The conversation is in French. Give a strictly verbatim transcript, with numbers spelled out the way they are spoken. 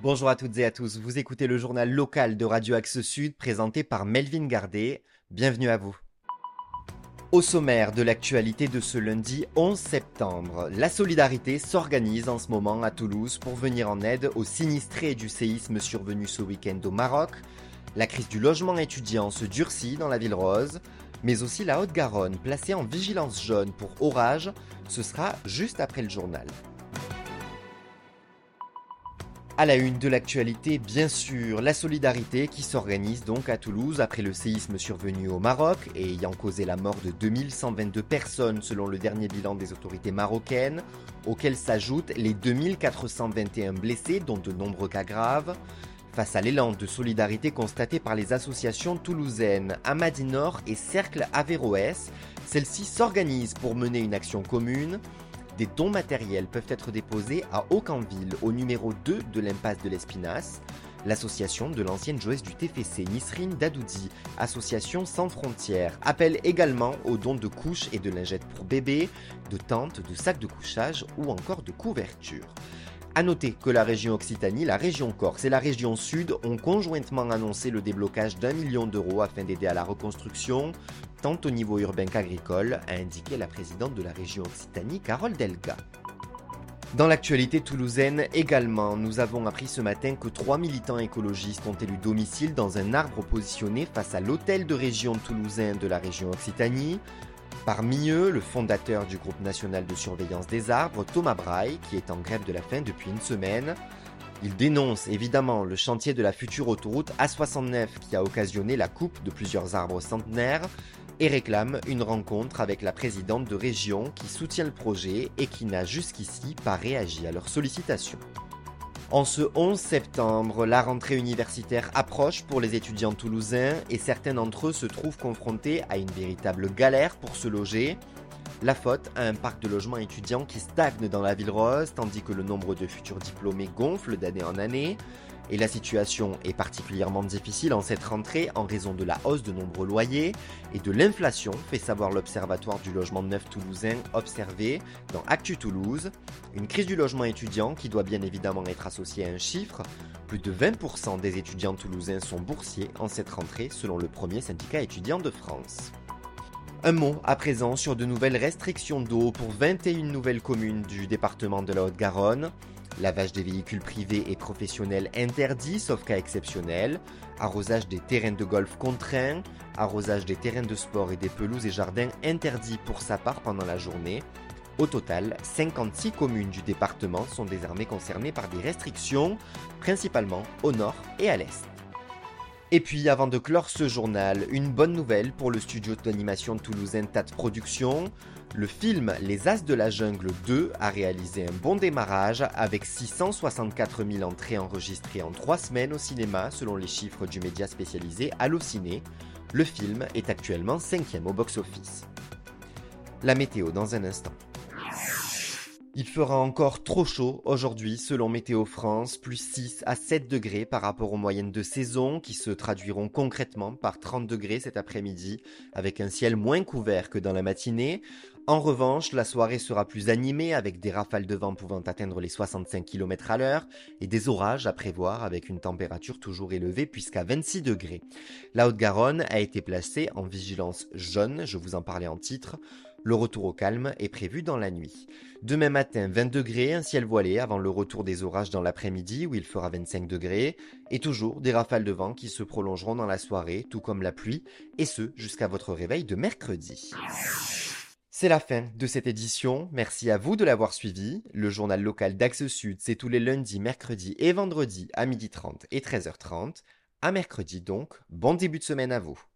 Bonjour à toutes et à tous, vous écoutez le journal local de Radio Axe Sud présenté par Melvin Gardet. Bienvenue à vous. Au sommaire de l'actualité de ce lundi onze septembre, la solidarité s'organise en ce moment à Toulouse pour venir en aide aux sinistrés du séisme survenu ce week-end au Maroc. La crise du logement étudiant se durcit dans la ville rose, mais aussi la Haute-Garonne placée en vigilance jaune pour orage. Ce sera juste après le journal. À la une de l'actualité, bien sûr, la solidarité qui s'organise donc à Toulouse après le séisme survenu au Maroc et ayant causé la mort de deux mille cent vingt-deux personnes selon le dernier bilan des autorités marocaines, auxquels s'ajoutent les deux mille quatre cent vingt et un blessés, dont de nombreux cas graves. Face à l'élan de solidarité constaté par les associations toulousaines Amadinor et Cercle Averroès, celles-ci s'organisent pour mener une action commune. Des dons matériels peuvent être déposés à Aucanville, au numéro deux de l'impasse de l'Espinasse. L'association de l'ancienne joueuse du T F C, Nisrine Dadoudi, association sans frontières, appelle également aux dons de couches et de lingettes pour bébés, de tentes, de sacs de couchage ou encore de couvertures. A noter que la région Occitanie, la région Corse et la région Sud ont conjointement annoncé le déblocage d'un million d'euros afin d'aider à la reconstruction, tant au niveau urbain qu'agricole, a indiqué la présidente de la région Occitanie, Carole Delga. Dans l'actualité toulousaine également, nous avons appris ce matin que trois militants écologistes ont élu domicile dans un arbre positionné face à l'hôtel de région toulousain de la région Occitanie. Parmi eux, le fondateur du groupe national de surveillance des arbres, Thomas Braille, qui est en grève de la faim depuis une semaine. Il dénonce évidemment le chantier de la future autoroute A soixante-neuf qui a occasionné la coupe de plusieurs arbres centenaires et réclame une rencontre avec la présidente de région qui soutient le projet et qui n'a jusqu'ici pas réagi à leurs sollicitations. En ce onze septembre, la rentrée universitaire approche pour les étudiants toulousains et certains d'entre eux se trouvent confrontés à une véritable galère pour se loger. La faute à un parc de logements étudiants qui stagne dans la ville rose tandis que le nombre de futurs diplômés gonfle d'année en année. Et la situation est particulièrement difficile en cette rentrée en raison de la hausse de nombreux loyers et de l'inflation, fait savoir l'Observatoire du logement neuf toulousain observé dans Actu Toulouse. Une crise du logement étudiant qui doit bien évidemment être associée à un chiffre. Plus de vingt pour cent des étudiants toulousains sont boursiers en cette rentrée selon le premier syndicat étudiant de France. Un mot à présent sur de nouvelles restrictions d'eau pour vingt et une nouvelles communes du département de la Haute-Garonne. Lavage des véhicules privés et professionnels interdit, sauf cas exceptionnel. Arrosage des terrains de golf contraint. Arrosage des terrains de sport et des pelouses et jardins interdit pour sa part pendant la journée. Au total, cinquante-six communes du département sont désormais concernées par des restrictions, principalement au nord et à l'est. Et puis, avant de clore ce journal, une bonne nouvelle pour le studio d'animation toulousain Tat Productions. Le film Les As de la Jungle deux a réalisé un bon démarrage avec six cent soixante-quatre mille entrées enregistrées en trois semaines au cinéma selon les chiffres du média spécialisé Allociné. Le film est actuellement cinquième au box-office. La météo dans un instant. Il fera encore trop chaud aujourd'hui selon Météo France, plus six à sept degrés par rapport aux moyennes de saison qui se traduiront concrètement par trente degrés cet après-midi avec un ciel moins couvert que dans la matinée. En revanche, la soirée sera plus animée avec des rafales de vent pouvant atteindre les soixante-cinq kilomètres à l'heure et des orages à prévoir avec une température toujours élevée puisqu'à vingt-six degrés. La Haute-Garonne a été placée en vigilance jaune, je vous en parlais en titre. Le retour au calme est prévu dans la nuit. Demain matin, vingt degrés, un ciel voilé avant le retour des orages dans l'après-midi où il fera vingt-cinq degrés. Et toujours des rafales de vent qui se prolongeront dans la soirée, tout comme la pluie, et ce jusqu'à votre réveil de mercredi. C'est la fin de cette édition, merci à vous de l'avoir suivi. Le journal local d'Axe Sud, c'est tous les lundis, mercredis et vendredis à midi trente et treize heures trente. À mercredi donc, bon début de semaine à vous.